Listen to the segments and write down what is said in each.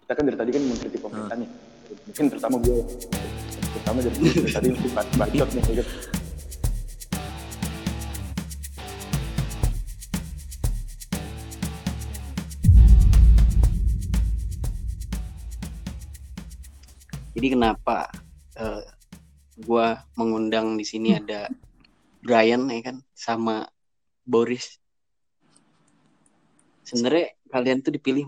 kita kan dari tadi kan mengkritik pemerintah nih, mungkin terutama dari tadi mungkin bacot nih gitu. Jadi kenapa gue mengundang di sini ada Brian ya kan sama Boris. Sebenarnya kalian tuh dipilih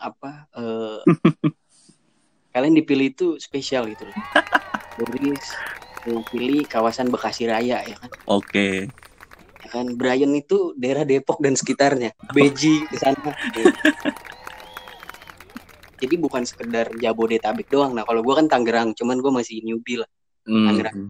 kalian dipilih itu spesial gitu loh. Boris pilih kawasan Bekasi Raya ya kan. Oke. Ya kan Brian itu daerah Depok dan sekitarnya. Beji ke sana. Jadi bukan sekedar Jabodetabek doang. Nah, kalau gue kan Tangerang, cuman gue masih newbie lah. Tangerang.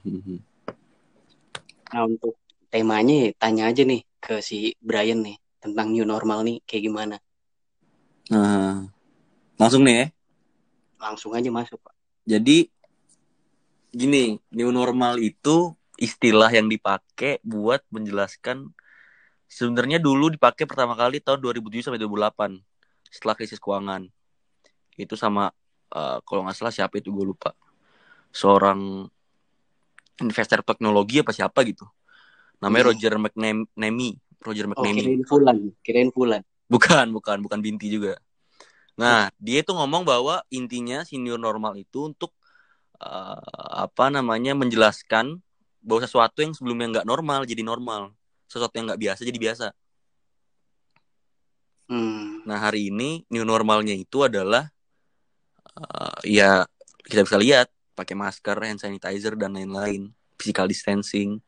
Nah, untuk temanya tanya aja nih ke si Brian nih tentang new normal nih kayak gimana. Nah, langsung nih ya. Langsung aja masuk, Pak. Jadi gini, new normal itu istilah yang dipakai buat menjelaskan sebenarnya dulu dipakai pertama kali tahun 2007 sampai 2008 setelah krisis keuangan. Itu sama kalau nggak salah siapa itu gue lupa. Seorang investor teknologi apa siapa gitu. Namanya Roger McNamee. Kirain Fulan. Bukan Binti juga. Nah, dia itu ngomong bahwa intinya si new normal itu untuk menjelaskan bahwa sesuatu yang sebelumnya nggak normal jadi normal, sesuatu yang nggak biasa jadi biasa. Nah, hari ini new normalnya itu adalah ya kita bisa lihat pakai masker, hand sanitizer dan lain-lain, physical distancing.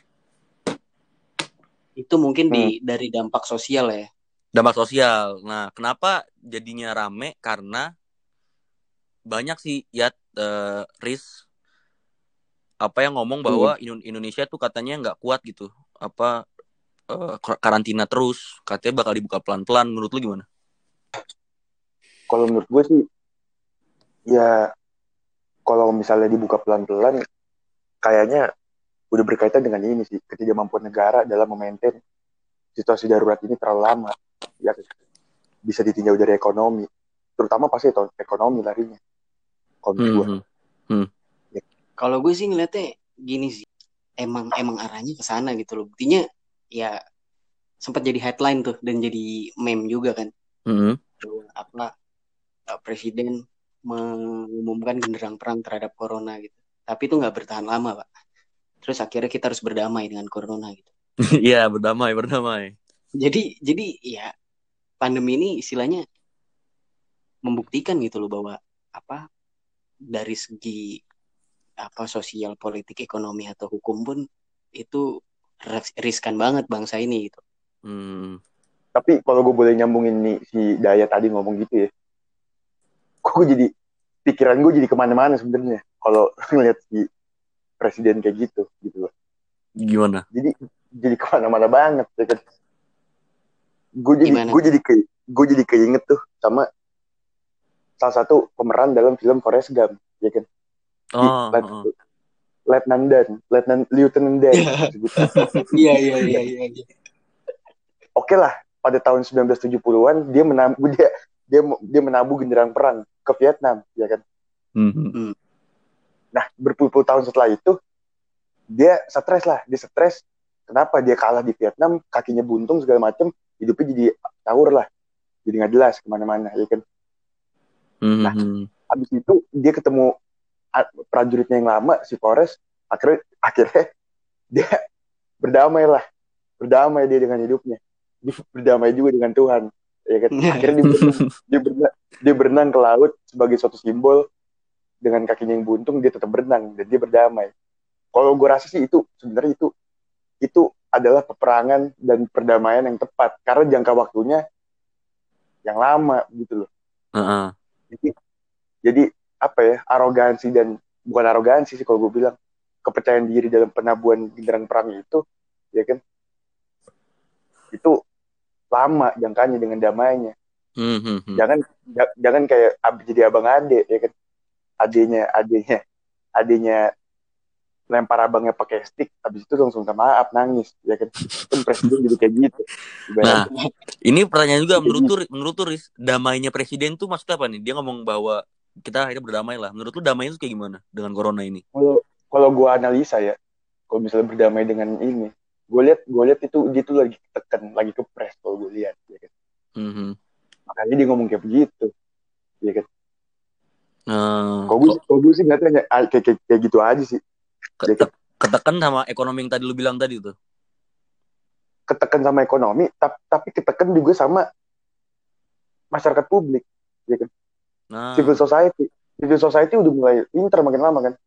Itu mungkin dari dampak sosial ya. Dampak sosial. Nah, kenapa jadinya rame? Karena banyak sih risk yang ngomong bahwa Indonesia tuh katanya nggak kuat gitu, karantina terus, katanya bakal dibuka pelan-pelan. Menurut lu gimana? Kalau menurut gue sih, ya kalau misalnya dibuka pelan-pelan, kayaknya udah berkaitan dengan ini sih, ketidakmampuan negara dalam memaintain situasi darurat ini terlalu lama. Ya, bisa ditinjau dari ekonomi, terutama pasti ekonomi larinya. Kalau gue. Ya. Kalau gue sih ngeliatnya gini sih, emang arahnya ke sana gitu loh. Buktinya ya sempat jadi headline tuh dan jadi meme juga kan. Presiden mengumumkan genderang perang terhadap corona gitu. Tapi itu nggak bertahan lama, Pak. Terus akhirnya kita harus berdamai dengan corona gitu. Iya, berdamai. Jadi ya pandemi ini istilahnya membuktikan gitu loh bahwa dari segi sosial, politik, ekonomi atau hukum pun itu riskan banget bangsa ini gitu. Tapi kalau gue boleh nyambungin nih si Daya tadi ngomong gitu ya, pikiran gue jadi kemana-mana sebenarnya kalau ngeliat si presiden kayak gitu loh. Gimana? Jadi kemana-mana banget ya kan. Gue jadi keinget tuh sama salah satu pemeran dalam film Forrest Gump, ya kan. Lieutenant Dan. Iya. Oke lah, pada tahun 1970-an dia menabuh genderang perang ke Vietnam, ya kan. Nah, berpuluh-puluh tahun setelah itu dia stres. Kenapa dia kalah di Vietnam, kakinya buntung segala macem, hidupnya jadi caur lah, jadi nggak jelas kemana-mana, ya kan. Nah, abis itu dia ketemu prajuritnya yang lama, si Forrest. Akhirnya dia berdamai dia dengan hidupnya, dia berdamai juga dengan Tuhan, ya kan. Akhirnya dia berenang ke laut sebagai suatu simbol. Dengan kakinya yang buntung dia tetap berenang dan dia berdamai. Kalau gue rasa sih itu sebenarnya itu adalah peperangan dan perdamaian yang tepat karena jangka waktunya yang lama gitu loh. Jadi arogansi dan bukan arogansi sih kalau gue bilang, kepercayaan diri dalam penabuhan genderang perang itu, ya kan, itu lama jangkanya dengan damainya. Jangan kayak jadi abang ade, ya kan, adenya lempar abangnya pakai stick, habis itu langsung minta maaf, nangis, ya kan? Kan presiden jadi kayak gitu. Nah, Ibaratnya ini pertanyaan juga kayak gitu. menurut lu Riz, damainya presiden tuh maksudnya apa nih? Dia ngomong bahwa kita akhirnya berdamai lah. Menurut lu damainya tuh kayak gimana dengan corona ini? Kalau gue analisa ya, kalau misalnya berdamai dengan ini, gue lihat itu dia tuh lagi tekan, lagi kepres kalau gue lihat, ya kan? Mhm. Makanya dia ngomong kayak begitu, ya kan? Nah, Kalau gue sih ngeliatnya kayak gitu aja sih, ya kan? ketekan sama ekonomi yang tadi lu bilang tadi tuh. Ketekan sama ekonomi, tapi ketekan juga sama masyarakat publik, ya kan? Nah, Civil society udah mulai pinter makin lama kan?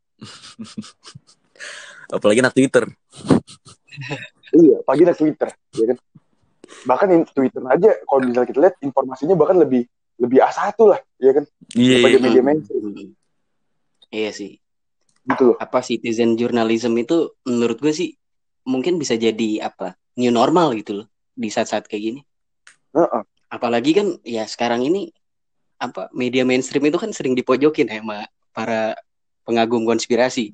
apalagi anak Twitter. Iya, pagi ada Twitter, ya kan? Bahkan Twitter aja, kalau misalnya kita lihat informasinya bahkan lebih A1 lah, ya kan? Daripada Iya. media mainstream, Iya sih. gitu loh. Apa citizen journalism itu menurut gue sih mungkin bisa jadi apa new normal gitu loh di saat-saat kayak gini. Heeh. Apalagi kan ya sekarang ini apa media mainstream itu kan sering dipojokin ya sama para pengagum konspirasi.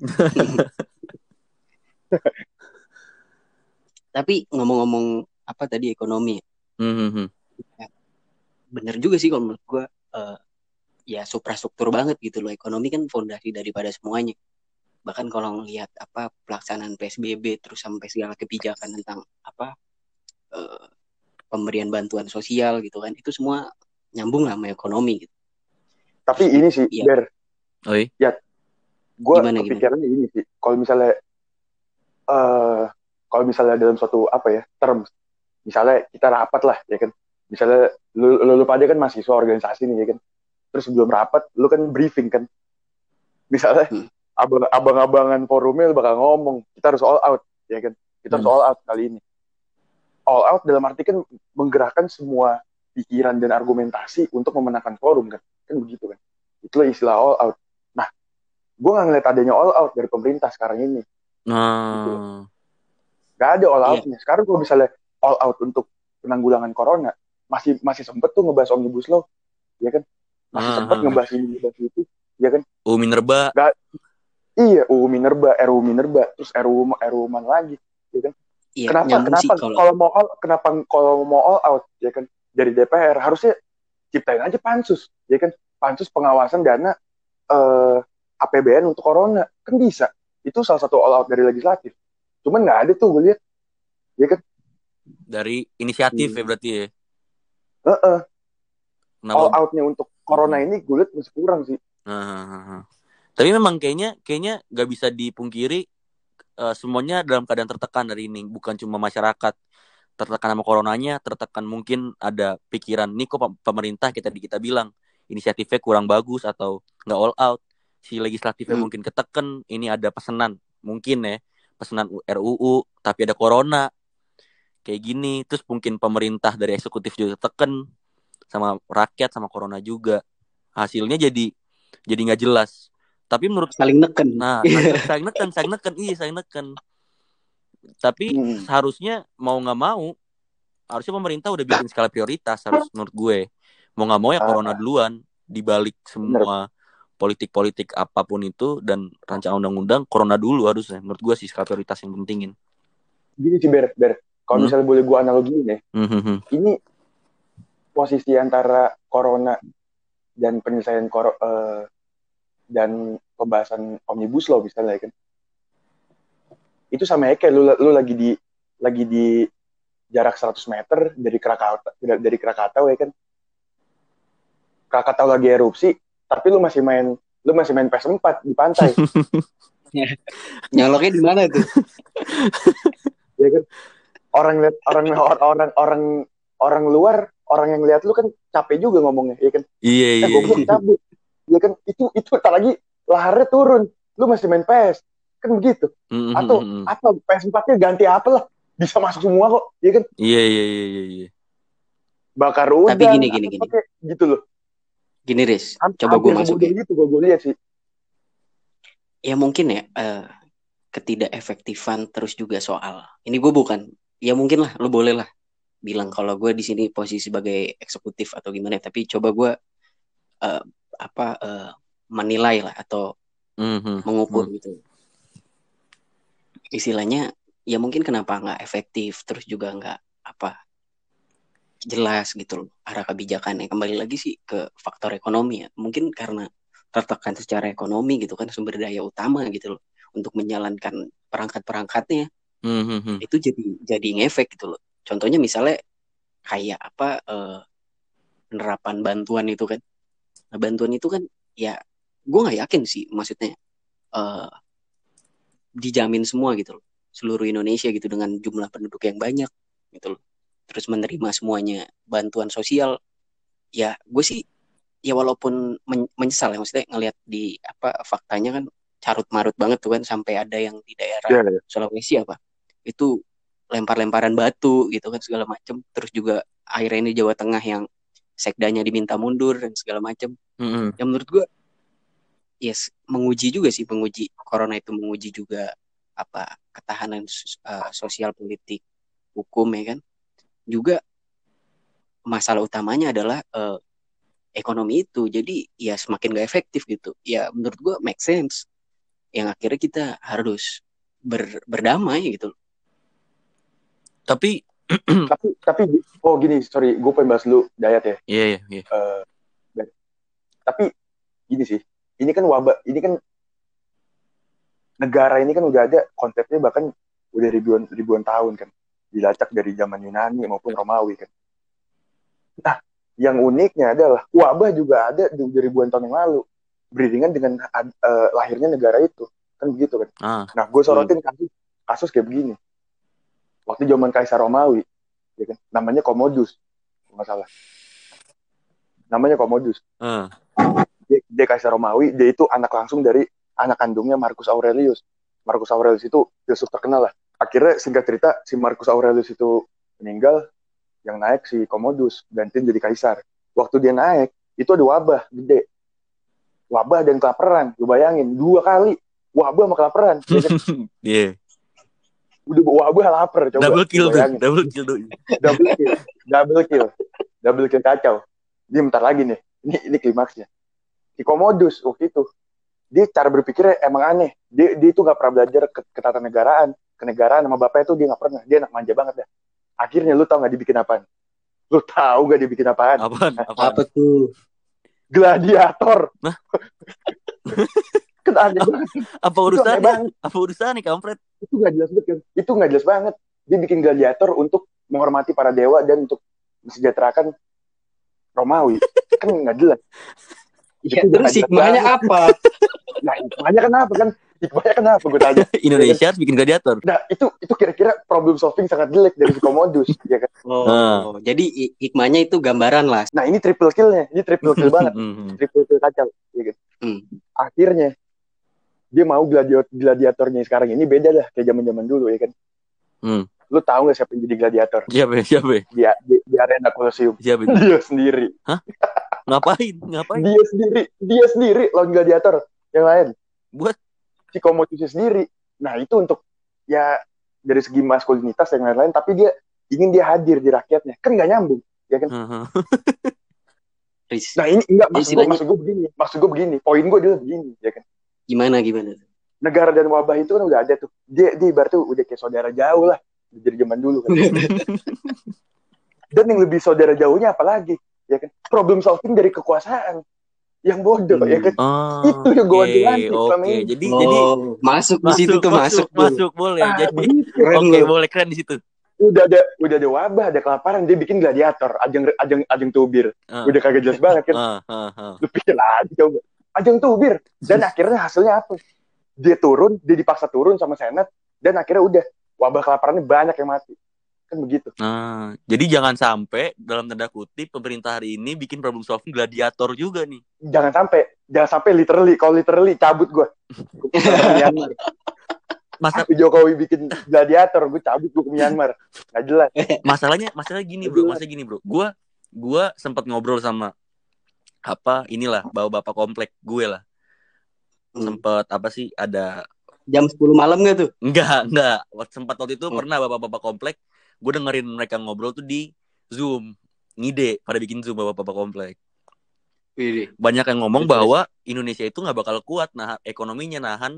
Tapi ngomong-ngomong apa tadi ekonomi, Mhm. ya, bener juga sih kalau menurut gue ya suprastruktur banget gitu loh. Ekonomi kan fondasi daripada semuanya. Bahkan kalau ngelihat apa pelaksanaan PSBB terus sampai segala kebijakan tentang apa eh, pemberian bantuan sosial gitu kan, itu semua nyambung lah sama ekonomi gitu. Tapi Terus ini sih, ya Ber, Oi. ya gue gimana kepikirannya ini sih. Eh kalau misalnya dalam suatu apa ya term, misalnya kita rapat lah, ya kan? Misalnya lu pada kan mahasiswa organisasi nih, ya kan? Terus sebelum rapat, lu kan briefing kan? Misalnya Hmm. abang-abangan forumnya bakal ngomong, kita harus all out, ya kan? Kita harus all out kali ini. All out dalam arti kan menggerakkan semua pikiran dan argumentasi untuk memenangkan forum kan? Kan begitu kan? Itulah istilah all out. Nah, gue nggak ngeliat adanya all out dari pemerintah sekarang ini. Gitu loh. Nah, Gak ada all Iya, outnya. Sekarang kalau misalnya all out untuk penanggulangan corona, masih sempet tuh ngebahas omnibus law, ya kan? Masih sempet ngebahas ini, ngebahas itu, ya kan? Minerba. Gak, iya, RUU Minerba, terus RUU mana lagi, ya kan? iya Kenapa nyambung sih kalau kalau mau all out, ya kan? Dari DPR harusnya ciptain aja pansus, ya kan? Pansus pengawasan dana APBN untuk corona, kan bisa. Itu salah satu all out dari legislatif. Cuman nggak ada tuh gue lihat, ya kan? Dari inisiatif ya berarti ya. Kenapa? All outnya untuk corona ini gue lihat masih kurang sih. Tapi memang kayaknya nggak bisa dipungkiri semuanya dalam keadaan tertekan hari ini, bukan cuma masyarakat tertekan sama coronanya, tertekan mungkin ada pikiran nih kok pemerintah kita bilang inisiatifnya kurang bagus atau nggak all out, si legislatifnya mungkin keteken, ini ada pesanan mungkin ya pesanan RUU tapi ada corona kayak gini, terus mungkin pemerintah dari eksekutif juga teken sama rakyat sama corona juga, hasilnya jadi nggak jelas. Tapi menurut saling neken. nah saling neken. Tapi seharusnya mau nggak mau harusnya pemerintah udah bikin skala prioritas, harus menurut gue mau nggak mau ya corona duluan dibalik semua politik apapun itu dan rancangan undang-undang, corona dulu harusnya menurut gue sih skala prioritas yang pentingin. Gini sih Ber, kalau misalnya boleh gue analogiin ya, ini posisi antara corona dan penyelesaian dan pembahasan omnibus law misalnya kan, itu sama ya kayak lu lagi di jarak 100 meter dari Krakatau ya kan. Krakatau lagi erupsi, tapi lu masih main PS4 di pantai. Nyoloknya di mana tuh? Ya kan? Orang luar, orang yang lihat lu kan capek juga ngomongnya, ya kan? Iya. Goblok cabut. Ya kan itu tak lagi laharnya turun. Lu masih main PS. Kan begitu. Atau apa PS4-nya ganti apa lah. Bisa masuk semua kok, ya kan? Iya. Bakar udang. Tapi gini. Gitu loh. Gini Riz, coba gue masuk ya. Gitu gue lihat sih. Ya mungkin ya ketidakefektifan terus juga soal. Ini gue bukan. Ya mungkin lah, lu boleh lah bilang kalau gue di sini posisi sebagai eksekutif atau gimana. Tapi coba gue menilai lah atau mengukur gitu. istilahnya ya mungkin kenapa nggak efektif, terus juga nggak apa jelas gitu loh arah kebijakannya. Kembali lagi sih ke faktor ekonomi ya. Mungkin karena tertekan secara ekonomi gitu kan, sumber daya utama gitu loh untuk menjalankan perangkat-perangkatnya itu jadi ngefek gitu loh. Contohnya misalnya kayak apa penerapan bantuan itu kan. Nah, bantuan itu kan ya gue nggak yakin sih maksudnya eh, dijamin semua gitu loh seluruh Indonesia gitu dengan jumlah penduduk yang banyak gitu loh. Terus menerima semuanya bantuan sosial. Ya gue sih ya walaupun menyesal ya maksudnya ngelihat di apa faktanya kan carut marut banget tuh kan, sampai ada yang di daerah Ya, Sulawesi apa itu lempar-lemparan batu gitu kan segala macem. Terus juga akhirnya ini Jawa Tengah yang sekdanya diminta mundur dan segala macem. Yang menurut gue yes menguji juga sih, menguji corona itu menguji juga apa ketahanan sosial politik hukum ya kan. Juga masalah utamanya adalah ekonomi itu. Jadi ya semakin gak efektif gitu. Ya menurut gue make sense. Yang akhirnya kita harus berdamai gitu. Tapi tapi oh gini, sorry, gue pengen bahas dulu Dayat ya. iya. Tapi gini sih, ini kan wabah, ini kan negara ini kan udah ada konsepnya bahkan udah ribuan tahun kan, dilacak dari zaman Yunani maupun Romawi kan. Nah, yang uniknya adalah wabah juga ada di ribuan tahun yang lalu, beriringan dengan lahirnya negara itu, kan begitu kan. Nah, gue sorotin kasus kayak begini. Waktu zaman Kaisar Romawi, ya kan, namanya Commodus, nggak salah. Namanya Commodus. Dia Kaisar Romawi, dia itu anak langsung dari anak kandungnya Marcus Aurelius. Marcus Aurelius itu filsuf terkenal lah. Akhirnya singkat cerita, si Marcus Aurelius itu meninggal, yang naik si Commodus, gantiin jadi kaisar. Waktu dia naik, itu ada wabah gede. Wabah dan kelaparan, lu bayangin, 2 kali. Wabah sama kelaparan. Iya. Udah wabah lapar, coba. Double kill bayangin. Double kill. Double kill kacau. Ini bentar lagi nih. Ini klimaksnya. Si Commodus waktu itu, dia cara berpikirnya emang aneh. Dia itu gak pernah belajar ketatanegaraan. Kenegaraan sama bapaknya itu dia gak pernah. Dia anak manja banget dah. Akhirnya lu tau gak dibikin apaan? Lu tahu gak dibikin apaan? Apa tuh? Gladiator. Nah. Kan aneh banget. Apa urusannya? Apa urusannya kampret? Itu gak jelas banget kan? Itu gak jelas banget. Dia bikin gladiator untuk menghormati para dewa dan untuk mensejahterakan Romawi. Kan gak jelas. Ya, terus hikmahnya apa? Nah, hikmahnya kenapa kan? Hikmahnya kenapa gue tanya? Indonesia harus bikin gladiator. Nah, itu kira-kira problem solving sangat jelek dari si Commodus, ya kan? Jadi hikmahnya itu gambaran lah. Nah, ini triple kill-nya. Ini triple kill banget. Triple kill kacau, ya kan? Akhirnya dia mau gladiatornya sekarang ini beda dah kayak zaman-zaman dulu, ya kan? Lu tahu nggak siapa yang jadi gladiator? Siapa? Di arena Colosseum. Siapa? Dia sendiri. Hah? Ngapain? Dia sendiri lawan gladiator yang lain. Buat si Commodus sendiri. Nah, itu untuk ya dari segi maskulinitas dan lain-lain, tapi dia ingin dia hadir di rakyatnya. Kan nggak nyambung, ya kan? Nah, ini enggak maksud gue begini. Poin gue adalah begini, ya kan? Gimana? Negara dan wabah itu kan udah ada tuh. Dia ibaratnya udah kayak saudara jauh lah dari zaman dulu kan. Dan yang lebih saudara jauhnya apalagi, ya kan? Problem solving dari kekuasaan yang bodoh, ya kan? Itu yang gue lantik selama ini. Jadi masuk di situ tuh masuk boleh. Jadi oke, boleh, keren di situ. Udah ada wabah, ada kelaparan, dia bikin gladiator, ajang tubir. Udah kagak jelas banget kan. Lu pikir aja coba. Ajang tubir. Dan akhirnya hasilnya apa? Dia dipaksa turun sama Senat, dan akhirnya udah wabah kelaparannya banyak yang mati. Kan begitu. Jadi jangan sampai dalam tanda kutip pemerintah hari ini bikin problem solving gladiator juga nih. Jangan sampai literally. Kalau literally cabut gue. Masa Jokowi bikin gladiator, gue cabut gue ke Myanmar. Nggak jelas. Masalah gini bro. Gue sempat ngobrol sama inilah bapak komplek gue lah. Sempat ada jam 10 malam gak tuh? Enggak. Sempat waktu itu pernah bapak-bapak komplek. Gue dengerin mereka ngobrol tuh di Zoom. Ngide pada bikin Zoom bapak-bapak komplek. Banyak yang ngomong bahwa Indonesia itu gak bakal kuat ekonominya nahan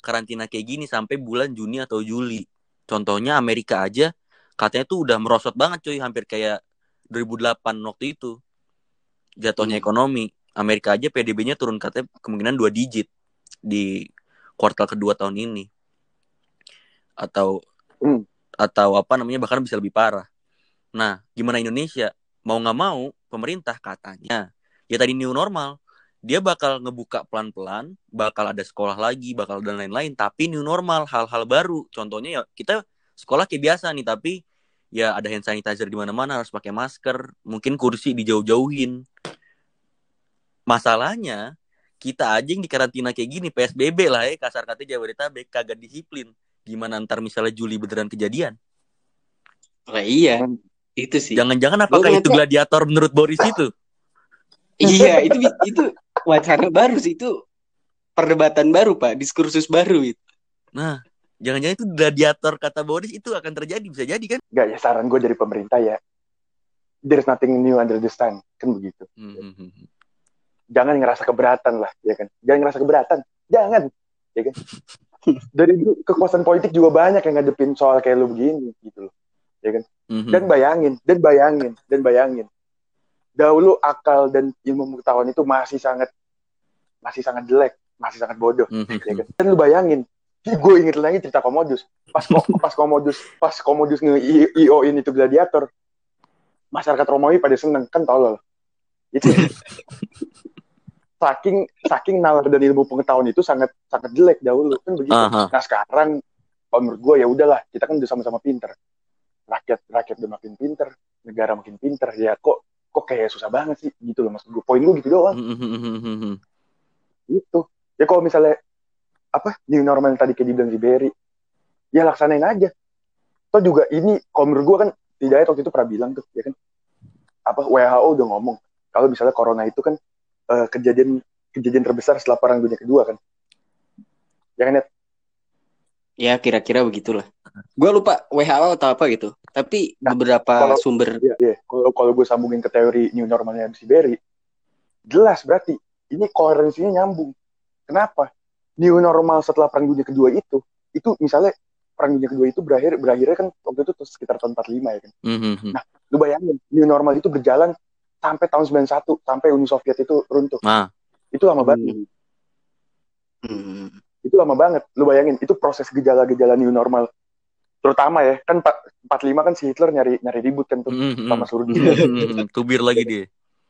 karantina kayak gini sampai bulan Juni atau Juli. Contohnya Amerika aja katanya tuh udah merosot banget cuy, hampir kayak 2008 waktu itu. Jatuhnya ekonomi. Amerika aja PDB-nya turun katanya kemungkinan 2 digit di kuartal kedua tahun ini. Atau apa namanya, bahkan bisa lebih parah. Nah, gimana Indonesia? Mau nggak mau, pemerintah katanya ya tadi new normal. Dia bakal ngebuka pelan-pelan, bakal ada sekolah lagi, bakal dan lain-lain. Tapi new normal, hal-hal baru. Contohnya ya kita sekolah kayak biasa nih, tapi ya ada hand sanitizer di mana-mana, harus pakai masker, mungkin kursi dijauh-jauhin. Masalahnya kita aja yang dikarantina kayak gini, PSBB lah ya, kasar katanya Jabodetabek, kagak disiplin. Gimana ntar misalnya Juli beneran kejadian? Lah iya, itu sih. Jangan-jangan apakah itu gladiator menurut Boris itu? Iya, itu wacana baru sih, itu perdebatan baru Pak, diskursus baru itu. Nah, jangan-jangan itu gladiator kata Boris itu akan terjadi, bisa jadi kan? Gak ya, saran gue dari pemerintah ya, there's nothing new under the sun, kan begitu. Jangan ngerasa keberatan lah, ya kan? Jangan ngerasa keberatan, jangan, ya kan? Dari dulu kekuasaan politik juga banyak yang ngadepin soal kayak lu begini, gitu loh, ya kan? Dan bayangin, dahulu akal dan ilmu pengetahuan itu masih sangat jelek, masih sangat bodoh, ya kan? Dan lu bayangin, gue inget lagi cerita Commodus, pas Commodus nge-IO-in itu gladiator, masyarakat Romawi pada seneng, kan tolol. Itu saking nalar dan ilmu pengetahuan itu sangat jelek dahulu, kan begitu. Nah sekarang kalau menurut gue ya udahlah, kita kan udah sama-sama pinter, rakyat udah makin pinter, negara makin pinter, ya kok kayak susah banget sih gitu loh, maksud gue. Poin gue gitu doang. Gitu ya, kalau misalnya new normal yang tadi kayak dibilang si Berry, ya laksanain aja. Toh juga ini kalau menurut gue kan, Hidayat waktu itu pernah bilang tuh, ya kan, WHO udah ngomong kalau misalnya corona itu kan kejadian terbesar setelah Perang Dunia Kedua kan, ya kan? Ya kira-kira begitulah. Gue lupa WHO atau apa gitu, tapi beberapa sumber. Kalau gue sambungin ke teori new normalnya si Berry, jelas berarti ini koherensinya nyambung. Kenapa? New normal setelah Perang Dunia Kedua itu misalnya Perang Dunia Kedua itu berakhirnya kan waktu itu sekitar tahun 45 ya kan. Nah, lu bayangin new normal itu berjalan sampai tahun 91, sampai Uni Soviet itu runtuh. Itu lama banget. Itu lama banget. Lu bayangin, itu proses gejala-gejala new normal. Terutama ya, kan 45 kan si Hitler nyari ribut kan tuh sama seluruh dunia. Tubir lagi dia.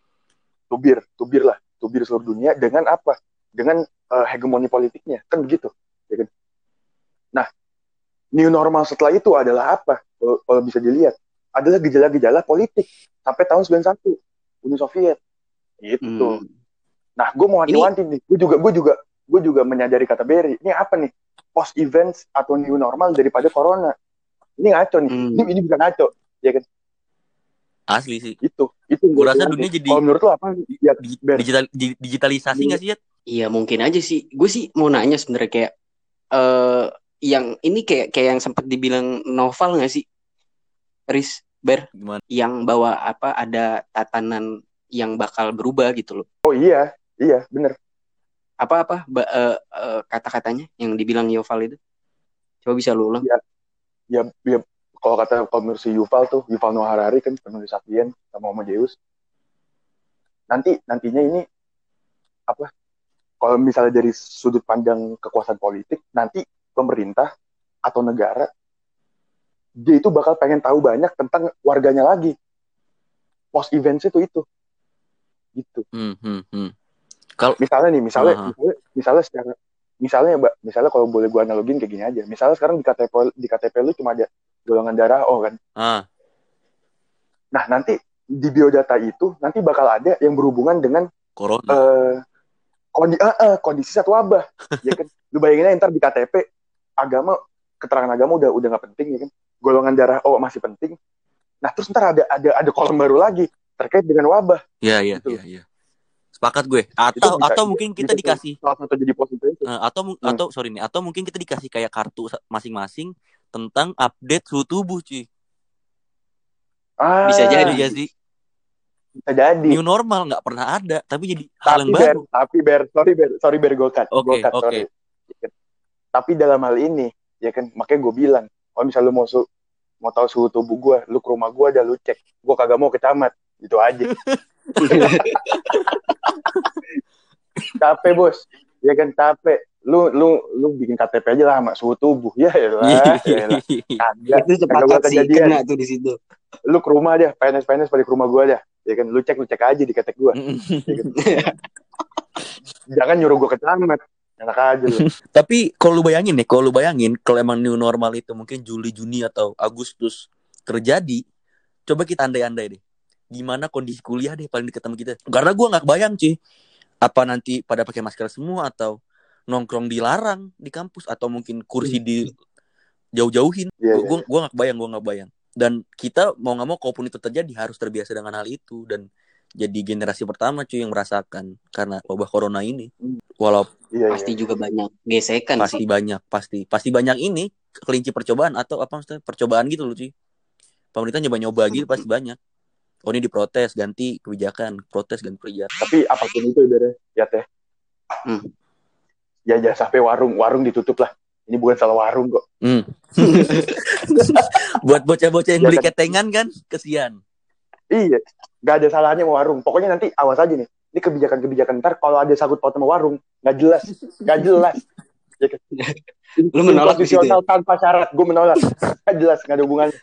Tubir seluruh dunia dengan apa? Dengan hegemoni politiknya, kan begitu. Ya kan? Nah, new normal setelah itu adalah apa? Kalau bisa dilihat, adalah gejala-gejala politik sampai tahun 91, Uni Soviet. Gitu. Nah, gue mau wanti-wanti nih. Gue juga menyadari kata Berry. Ini apa nih? Post events atau new normal daripada corona. Ini ngaco nih. Ini bisa ngaco, ya kan? Asli sih. Itu gue rasa dunia jadi. Kalau menurut lo apa? Ya, digitalisasi nggak sih, Yat? Iya mungkin aja sih. Gue sih mau nanya sebenarnya kayak yang ini kayak yang sempat dibilang novel nggak sih, Riz, Ber? Gimana? Yang bawa ada tatanan yang bakal berubah gitu loh. Oh iya bener. Kata-katanya yang dibilang Yuval itu, coba bisa lu ulang? Ya kalau menurut si Yuval Noah Harari kan penulis Sapien sama Homo Deus. Nantinya ini kalau misalnya dari sudut pandang kekuasaan politik, nanti pemerintah atau negara dia itu bakal pengen tahu banyak tentang warganya lagi. Post events itu gitu. Kalau misalnya kalau boleh gue analogin kayak gini aja. Misalnya sekarang di KTP lu cuma ada golongan darah O kan. Nah, nanti di biodata itu nanti bakal ada yang berhubungan dengan corona. Kondisi satu wabah. Ya kan? Lu bayangin aja ntar di KTP keterangan agama udah nggak penting, ya kan? Golongan darah O masih penting. Nah, terus ntar ada kolom baru lagi terkait dengan wabah. Iya. Sepakat gue. Atau mungkin kita dikasih jadi positif. Atau mungkin kita dikasih kayak kartu masing-masing tentang update suhu tubuh, cuy. Bisa jadi ya sih. Bisa jadi. New normal nggak pernah ada, tapi jadi hal yang baru. Sorry Ber, gue cut. Oke. Tapi dalam hal ini, ya kan, makanya gue bilang, kalau misalnya lu mau tahu suhu tubuh gue, lu ke rumah gue lu cek. Gue kagak mau ke camat, itu aja. Capek bos, ya kan capek. Lu bikin KTP aja lah sama suhu tubuh, ya lah. Kagak, Itu kagak sepakat bakal sih, kejadian. kena tuh di situ. Lu ke rumah aja, PNS balik ke rumah gue aja, ya kan. Lu cek aja di ketek gue, ya kan? Jangan nyuruh gue ke camat, enak aja lu. Tapi kalau lu bayangin kalau emang new normal itu mungkin Juli, Juni atau Agustus terjadi, coba kita andai-andai deh. Gimana kondisi kuliah deh paling deket sama kita. Karena gue nggak bayang cuy. Apa nanti pada pakai masker semua atau nongkrong dilarang di kampus atau mungkin kursi di jauh-jauhin. Gue nggak bayang. Dan kita mau nggak mau kalaupun itu terjadi harus terbiasa dengan hal itu dan jadi generasi pertama cuy yang merasakan karena wabah corona ini. Walaupun pasti juga banyak gesekan pasti sih. Pasti banyak ini kelinci percobaan atau apa maksudnya percobaan gitu loh cuy. Pemerintah nyoba gitu pasti banyak. Oh ini diprotes ganti kebijakan, protes ganti kebijakan. Tapi apapun itu ibaratnya ya teh. Ya jangan sampai warung ditutup lah. Ini bukan salah warung kok. Buat bocah-bocah yang beli ketengan kan kesian. Iya, nggak ada salahnya mau warung. Pokoknya nanti awas aja nih. Ini kebijakan ntar kalau ada sangkut paut sama warung nggak jelas. Ya, lu menolak di situ ya? Tanpa syarat, gue menolak. Nggak jelas, nggak ada hubungannya.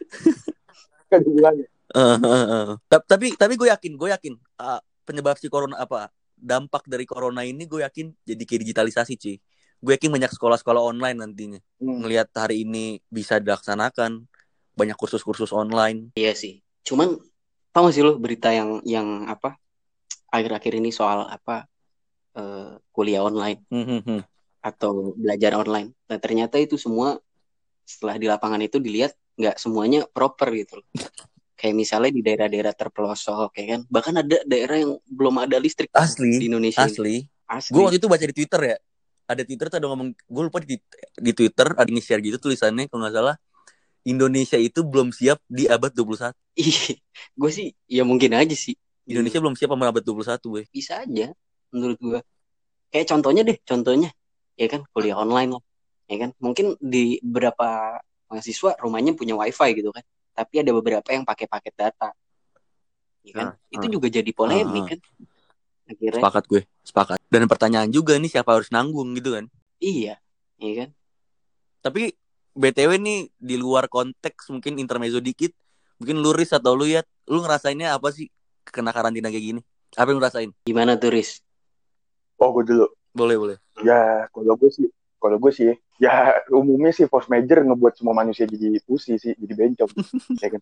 Tapi gue yakin penyebab si corona apa dampak dari corona ini gue yakin jadi kayak digitalisasi cuy. Gue yakin banyak sekolah-sekolah online nantinya ngelihat hari ini bisa dilaksanakan banyak kursus-kursus online. Iya sih. Cuman tau gak sih lo berita yang apa akhir-akhir ini soal apa kuliah online atau belajar online. Nah ternyata itu semua setelah di lapangan itu dilihat nggak semuanya proper gitu loh. Kayak misalnya di daerah-daerah terpelosok ya kan. Bahkan ada daerah yang belum ada listrik asli, di Indonesia. Asli. Gue waktu itu baca di Twitter ya. Ada Twitter tuh ada ngomong, gue lupa di Twitter ada nge-share gitu tulisannya kalau nggak salah Indonesia itu belum siap di abad 21. Gue sih ya mungkin aja sih. Indonesia belum siap sama abad 21 gue. Bisa aja menurut gue. Kayak contohnya ya kan kuliah online lah. Ya kan mungkin di beberapa mahasiswa rumahnya punya wifi gitu kan. Tapi ada beberapa yang pakai paket data. Ya kan? Itu juga jadi polemik kan. Akhirnya. Sepakat. Dan pertanyaan juga nih siapa harus nanggung gitu kan. Iya kan. Tapi BTW nih di luar konteks mungkin intermezzo dikit. Mungkin lu Riz atau lu ya, lu ngerasainnya apa sih kena karantina kayak gini? Apa yang lu rasain? Gimana tuh Riz? Oh gue dulu. Boleh. Ya kalau gue sih ya umumnya sih force major ngebuat semua manusia jadi pusi sih, jadi bencong. Ya kan?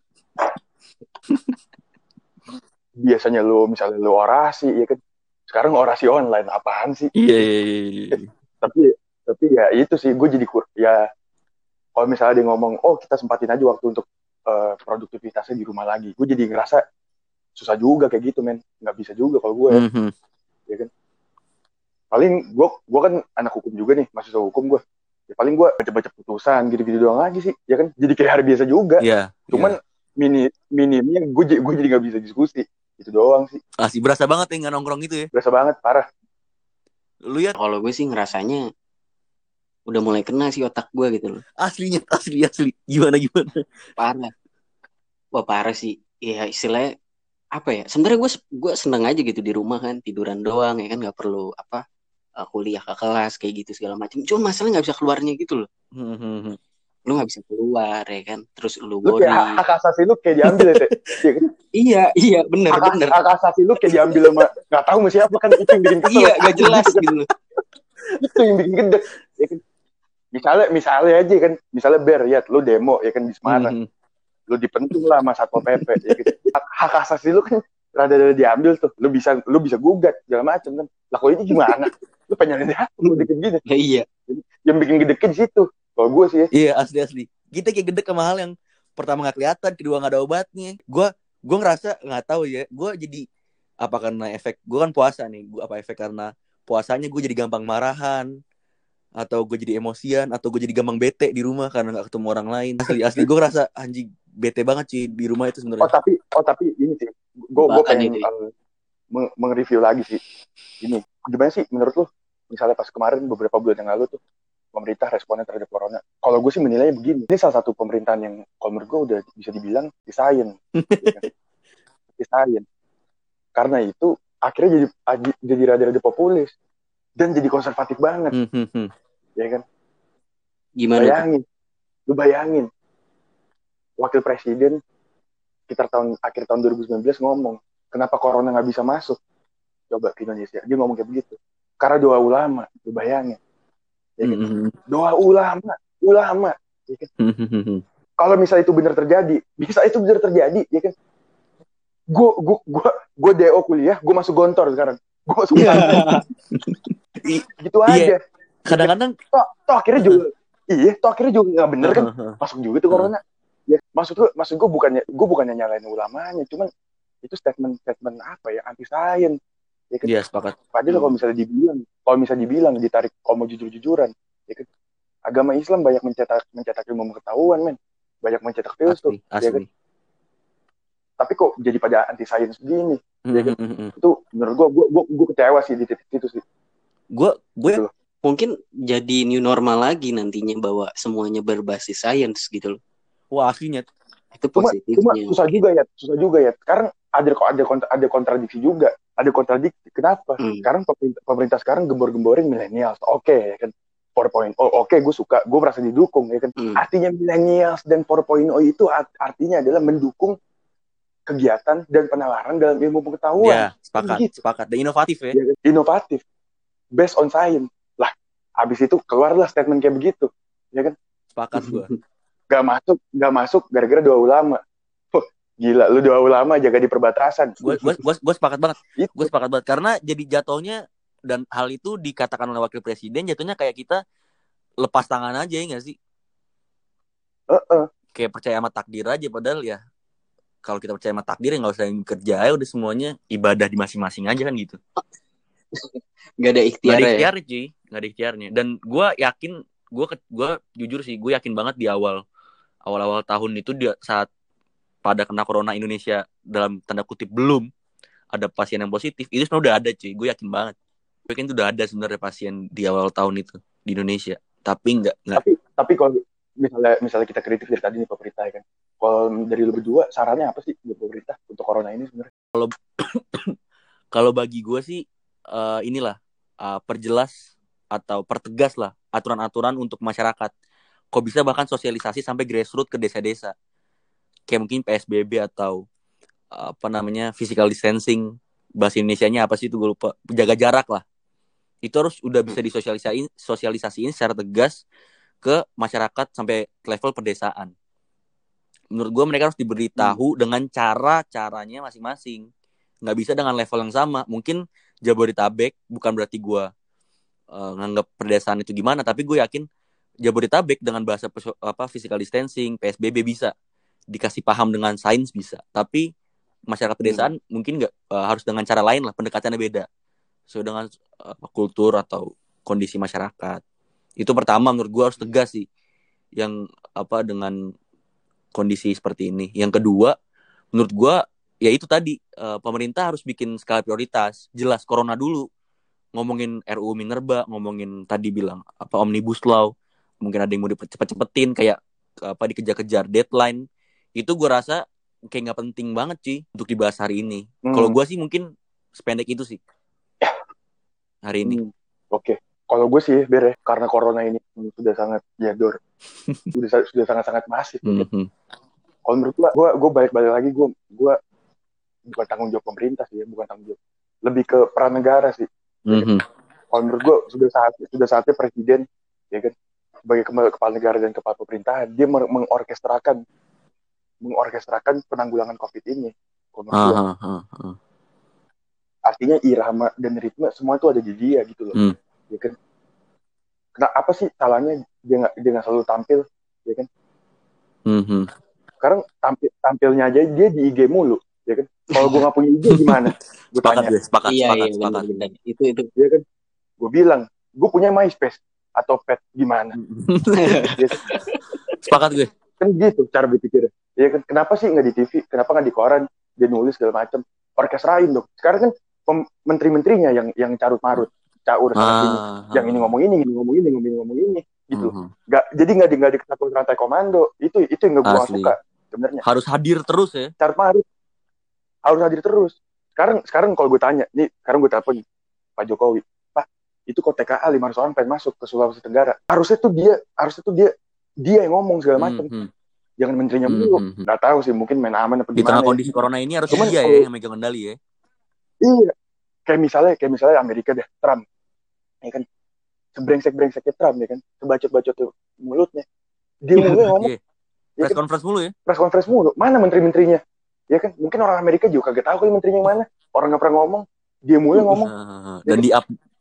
Biasanya misalnya lu orasi ya kan. Sekarang orasi online apaan sih? Iya. Tapi ya itu sih gue jadi ya kalau misalnya dia ngomong kita sempatin aja waktu untuk produktivitasnya di rumah lagi, gue jadi ngerasa susah juga kayak gitu men, nggak bisa juga kalau gue ya kan. Paling gue kan anak hukum juga nih, mahasiswa hukum gue ya, paling gue baca putusan gitu-gitu doang lagi sih ya kan, jadi kayak hari biasa juga. Cuman minimnya gue jadi nggak bisa diskusi itu doang sih. Asli berasa banget ya nggak nongkrong gitu ya. Berasa banget parah. Lu ya? Kalau gue sih ngerasanya udah mulai kena sih otak gue gitu loh. Asli. Gimana? Parah. Wah parah sih. Ya istilahnya apa ya? Sebenarnya gue seneng aja gitu di rumah kan, tiduran doang ya kan, nggak perlu kuliah ke kelas kayak gitu segala macam. Cuma masalahnya nggak bisa keluarnya gitu loh. Lu nggak bisa keluar ya kan, terus lu kayak hak asasi lu kayak diambil ya iya bener hak asasi lu kayak diambil sama nggak tahu sama siapa kan, itu yang bikin kesel. Iya nggak jelas gitu loh. Itu yang bikin gede ya kan. Misalnya aja kan, misalnya ya lu demo ya kan di Semarang, lu dipentung lah sama Satpol PP ya kan. Hak asasi lu kan rada diambil tuh, lu bisa gugat segala macam kan. Lah kalau ini gimana? Lu pengen nyari lu dikit gini. Ya, iya. Yang bikin gede di situ. Kalau gue sih ya. Iya asli. Kita kayak gede sama hal yang pertama nggak kelihatan, kedua nggak ada obatnya. Gue ngerasa nggak tahu ya. Gue jadi apa karena efek gue kan puasa nih. Gue apa efek karena puasanya gue jadi gampang marahan, atau gue jadi emosian, atau gue jadi gampang bete di rumah karena nggak ketemu orang lain. Asli gue ngerasa anjing bete banget sih di rumah itu sebenarnya. Oh tapi ini sih. Gue pengen meng-review lagi sih. Ini gimana sih menurut lu? Misalnya pas kemarin beberapa bulan yang lalu tuh pemerintah responnya terhadap corona. Kalau gue sih menilainya begini, ini salah satu pemerintahan yang kalau menurut gue udah bisa dibilang desain, ya kan? Desain. Karena itu akhirnya jadi rada-rada populis dan jadi konservatif banget, ya kan? Gimana tuh? Lu bayangin, wakil presiden sekitar akhir tahun 2019 ngomong, kenapa corona nggak bisa masuk? Coba ke Indonesia, dia ngomong kayak begitu. Karena doa ulama, lu bayangin. Ya kan? Doa ulama. Ya kan? Kalau misalnya itu benar terjadi, ya kan? Gue DO kuliah, gue masuk Gontor sekarang. Gue masuk pesantren. Gitu aja. Kadang-kadang toh akhirnya juga nggak bener kan, masuk juga tuh corona. Ya, maksud gue bukannya nyalain ulamanya, cuman itu statement apa ya, anti sains. Ya kan? Iya, sepakat. Padahal kalau misalnya dibilang ditarik kalau mau jujur-jujuran, ya kan? Agama Islam banyak mencetak ilmu pengetahuan, men. Banyak mencetak filsuf, ya kan? Tapi kok jadi pada anti sains begini, ya kan? Itu menurut gue kecewa sih di titik itu sih. Gue mungkin jadi new normal lagi nantinya bahwa semuanya berbasis sains gitu loh. Wah, akhirnya itu positifnya. Cuma susah juga ya. Sekarang ada kontradiksi juga. Ada kontradiksi. Kenapa? Sekarang pemerintah sekarang gembor-gemborin millennials. Oke, ya kan. 4.0. Oke, gue suka. Gue merasa didukung, ya kan. Artinya millennials dan 4.0 itu artinya adalah mendukung kegiatan dan penalaran dalam ilmu pengetahuan. Ya, sepakat. Dan inovatif ya. Inovatif. Based on science. Lah, habis itu keluarlah statement kayak begitu. Ya kan? Sepakat gue. Gak masuk gara-gara doa ulama. Gila, lu doa ulama jaga di perbatasan. Gue sepakat banget. Gue sepakat banget karena jadi jatuhnya, dan hal itu dikatakan oleh wakil presiden, jatuhnya kayak kita lepas tangan aja, ya nggak sih? Kayak percaya sama takdir aja, padahal ya kalau kita percaya sama takdir ya nggak usah yang kerja ya, udah semuanya ibadah di masing-masing aja kan gitu. Gak ada ikhtiar ya. Gak ada ikhtiarnya. Dan gue yakin, gue jujur sih, gue yakin banget di awal tahun itu, saat pada kena corona Indonesia dalam tanda kutip belum ada pasien yang positif, itu sebenarnya udah ada cuy. Gue yakin banget. Gue yakin itu udah ada sebenarnya pasien di awal tahun itu di Indonesia. Tapi enggak. Tapi kalau misalnya kita kritik dari tadi nih pemerintah kan. Kalau dari lu berdua sarannya apa sih buat pemerintah untuk corona ini sebenarnya? Kalau bagi gue sih perjelas atau pertegas lah aturan-aturan untuk masyarakat. Kok bisa bahkan sosialisasi sampai grassroots ke desa-desa. Kayak mungkin PSBB atau physical distancing, bahasa Indonesianya apa sih itu gue lupa, jaga jarak lah. Itu harus udah bisa disosialisasiin secara tegas ke masyarakat sampai level pedesaan. Menurut gue mereka harus diberitahu dengan caranya masing-masing. Nggak bisa dengan level yang sama. Mungkin Jabodetabek, bukan berarti gue nganggap pedesaan itu gimana, tapi gue yakin Jabodetabek dengan bahasa physical distancing, PSBB bisa dikasih paham dengan sains bisa, tapi masyarakat pedesaan mungkin nggak, harus dengan cara lain lah, pendekatannya beda sesuai dengan kultur atau kondisi masyarakat. Itu pertama menurut gue harus tegas sih, yang dengan kondisi seperti ini. Yang kedua menurut gue ya itu tadi, pemerintah harus bikin skala prioritas jelas. Corona dulu, ngomongin RUU Minerba, ngomongin tadi bilang Omnibus Law, mungkin ada yang mau dicepet-cepetin kayak dikejar-kejar deadline. Itu gue rasa kayak gak penting banget sih untuk dibahas hari ini. Kalau gue sih mungkin sependek itu sih hari ini. Oke. Kalau gue sih karena corona ini sudah sangat jador, sudah sangat-sangat masif. Kalau menurut gue balik lagi, gue bukan tanggung jawab pemerintah sih ya, bukan tanggung jawab, lebih ke peran negara sih. Kalau menurut gue sudah saatnya presiden, ya kan, sebagai kepala negara dan kepala pemerintahan, dia mengorkestrakan penanggulangan COVID ini. Artinya irama dan ritme semua itu ada di dia gitu loh. Ya kan? Kenapa sih salahnya dia nggak selalu tampil, ya kan? Sekarang tampilnya aja dia di IG mulu, ya kan? Kalau gue nggak punya IG gimana? Gue tanya. Sepakat. Benar. Itu. Ya kan? Gue bilang, gue punya MySpace atau Pet gimana? Ya kan? Sepakat gue. Kan gitu cara berpikirnya. Ya kan? Kenapa sih nggak di TV? Kenapa nggak di koran? Dia nulis segala macam. Orkestrain dong. Sekarang kan menteri-menterinya yang carut marut, caur sana sini. Yang ini ngomong ini, ngomong ini. gitu. Jadi nggak diketahui rantai komando. Itu yang gue Asli. suka sebenarnya. Harus hadir terus ya. Carpa harus hadir terus. Sekarang kalau gue tanya, nih sekarang gue telepon Pak Jokowi, Pak, itu kok TKA 500 orang pengen masuk ke Sulawesi Tenggara. Harusnya tuh dia yang ngomong segala macam. Jangan menterinya mulu. Nggak tahu sih, mungkin main aman apa Di gimana. tengah kondisi corona ini harus Cuman dia ya yang megang kendali ya. Iya. Kayak misalnya Amerika deh, Trump. Ya kan, sebrengsek-brengseknya Trump ya kan, sebacot-bacot mulutnya. Dia mulai ngomong. Press conference mulu ya. Press conference mulu. Mana menteri-menterinya? Ya kan, mungkin orang Amerika juga kagak tahu kali menterinya mana. Orang nggak pernah ngomong. Dia mulai ngomong. Dan di up.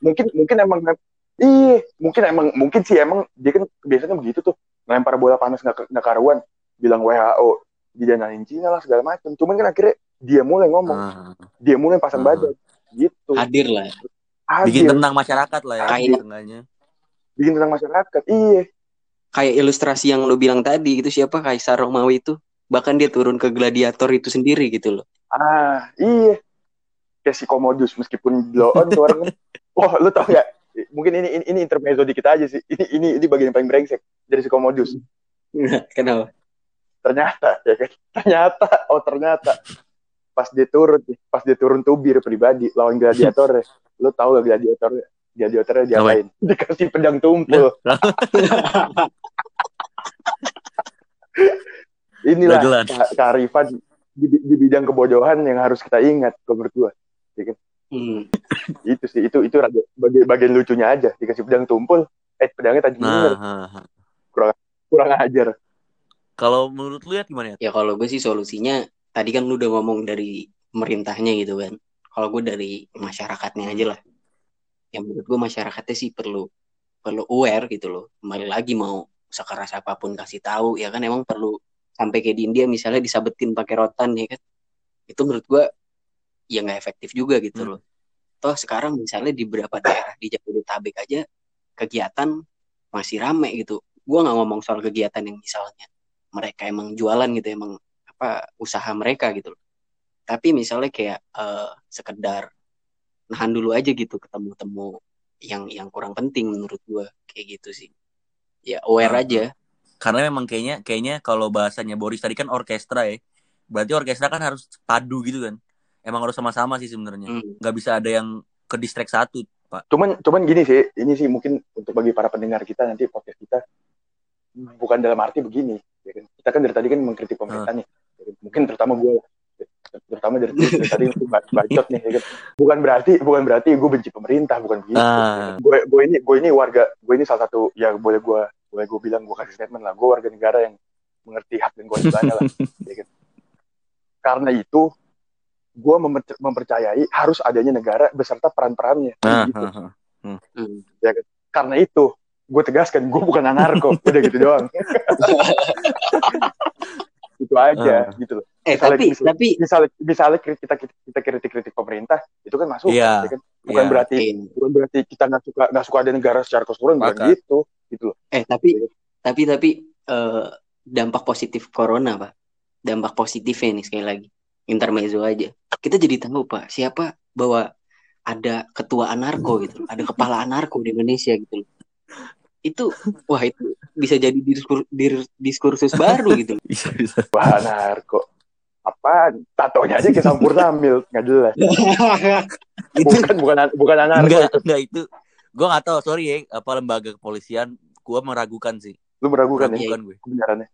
Mungkin dia kan biasanya begitu tuh, ngelempar bola panas nggak karuan, bilang WHO didanain Cina lah segala macam. Cuman kan akhirnya dia mulai ngomong, dia mulai pasang badan, gitu. Hadir lah. Bikin tenang masyarakat lah ya. Bikin tenang masyarakat, iya. Kayak ilustrasi yang lo bilang tadi gitu, siapa Kaisar Romawi itu, bahkan dia turun ke gladiator itu sendiri gitu loh. Iya. Kayak si Commodus meskipun blow on tuh orang. Wah, lu tau gak? Mungkin ini intermezzo dikit aja sih. Ini bagian yang paling brengsek dari si Commodus. Kenapa? Ternyata pas dia turun tubir pribadi lawan gladiator, lu tau gak gladiatornya diapain? Dikasih pedang tumpul. Inilah kearifan di bidang kebodohan yang harus kita ingat menurut gua. Ya kan? Itu sih, itu bagian lucunya aja, dikasih pedang tumpul, pedangnya tajam bener. Kurang ajar. Kalau menurut lu ya gimana ya? Ya kalau gue sih solusinya, tadi kan lu udah ngomong dari pemerintahnya gitu kan. Kalau gue dari masyarakatnya aja lah. Yang menurut gue masyarakatnya sih perlu aware gitu loh. Kembali lagi mau sekeras apapun kasih tahu, ya kan emang perlu sampai kayak di India misalnya disabetin pakai rotan ya kan. Itu menurut gue ya nggak efektif juga gitu loh. Toh sekarang misalnya di beberapa daerah di Jabodetabek aja kegiatan masih rame gitu. Gue nggak ngomong soal kegiatan yang misalnya mereka emang jualan gitu, emang usaha mereka gitu loh. Tapi misalnya kayak sekedar nahan dulu aja gitu, ketemu yang kurang penting menurut gue, kayak gitu sih. Ya aware aja. Karena memang kayaknya kalau bahasanya Boris tadi kan orkestra ya. Berarti orkestra kan harus padu gitu kan. Emang harus sama-sama sih sebenarnya. Nggak bisa ada yang ke distract satu, Pak. Cuman gini sih, ini sih mungkin untuk bagi para pendengar kita nanti podcast kita, bukan dalam arti begini. Ya kan? Kita kan dari tadi kan mengkritik pemerintah nih. Mungkin terutama gue, dari tadi itu bacot nih. Ya kan? Bukan berarti gue benci pemerintah, bukan begitu. Ya kan? Gue ini salah satu, ya boleh gue bilang, gue kasih statement lah, gue warga negara yang mengerti hak dan kewajibannya lah. Ya kan? Karena itu gue mempercayai harus adanya negara beserta peran-perannya. Gitu. Ya kan? Karena itu gue tegaskan, gue bukan anarko, udah gitu doang. Itu aja, gitu loh. Misalnya kita kritik pemerintah, itu kan masuk, ya kan? Bukan berarti kita nggak suka ada negara secara keseluruhan, bukan gitu loh. Tapi dampak positif corona, Pak. Dampak positifnya nih sekali lagi, intermezzo aja. Kita jadi tahu, Pak, siapa bahwa ada ketua anarko gitu, ada kepala anarko di Indonesia gitu. Itu bisa jadi diskursus baru gitu. Bisa. Wah, anarko. Apaan? Tatonya aja kayak Sampurnamil, nggak jelas. bukan anarko. Enggak itu. Gue nggak tahu, sorry ya, apa lembaga kepolisian, gue meragukan sih. Lu meragukan ya? Gue. Kebenarannya.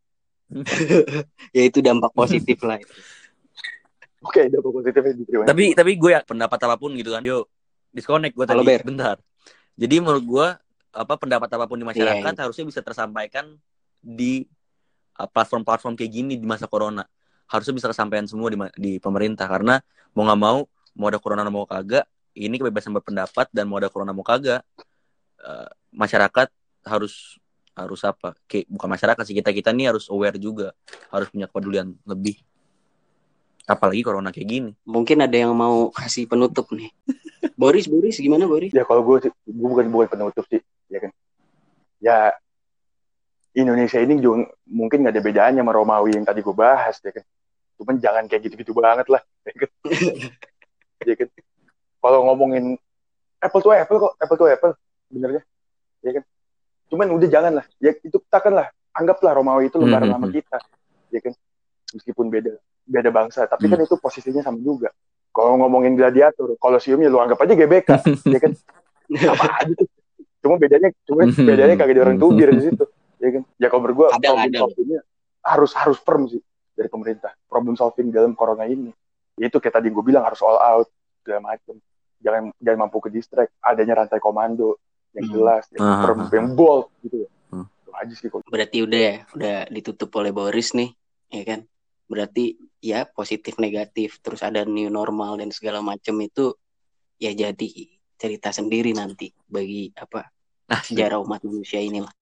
Ya itu dampak positif lah. Oke, dampak positifnya diterima. Tapi gue ya pendapat apapun gitu kan. Yuk, disconnect gue tadi. Bentar. Jadi menurut gue pendapat apapun di masyarakat harusnya bisa tersampaikan di platform-platform kayak gini di masa corona. Harusnya bisa kesampaian semua di pemerintah, karena mau nggak mau ada corona mau kagak, ini kebebasan berpendapat, dan mau ada corona mau kagak, masyarakat harus bukan masyarakat sih, kita nih harus aware juga, harus punya kepedulian lebih, apalagi corona kayak gini. Mungkin ada yang mau kasih penutup nih. Boris gimana Boris? Ya kalau gue bukan penutup sih, ya kan. Ya Indonesia ini juga mungkin nggak ada bedanya sama Romawi yang tadi gue bahas, ya kan. Cuman jangan kayak gitu-gitu banget lah, ya kan. Ya kan. Kalau ngomongin apple to apple, benernya, ya kan. Cuman udah jangan lah. Ya itu kita kan lah. Anggaplah Romawi itu lembaran lama kita. Ya kan. Meskipun beda bangsa. Tapi kan itu posisinya sama juga. Kalau ngomongin gladiator, Kolosium ya lu anggap aja GBK. Ya kan. Apa aja tuh. Cuma bedanya kagak ada orang tubir di situ. Ya kan. Ya kalau menurut gue problem solvingnya harus firm sih dari pemerintah. Problem solving dalam corona ini. Ya itu kayak tadi gue bilang harus all out segala macam. Jangan mampu ke distract. Adanya rantai komando yang jelas, yang bold gitu ya. Itu aja sih. Berarti udah ditutup oleh Boris nih, ya kan? Berarti ya positif negatif terus ada new normal dan segala macam itu ya jadi cerita sendiri nanti bagi sejarah umat manusia inilah.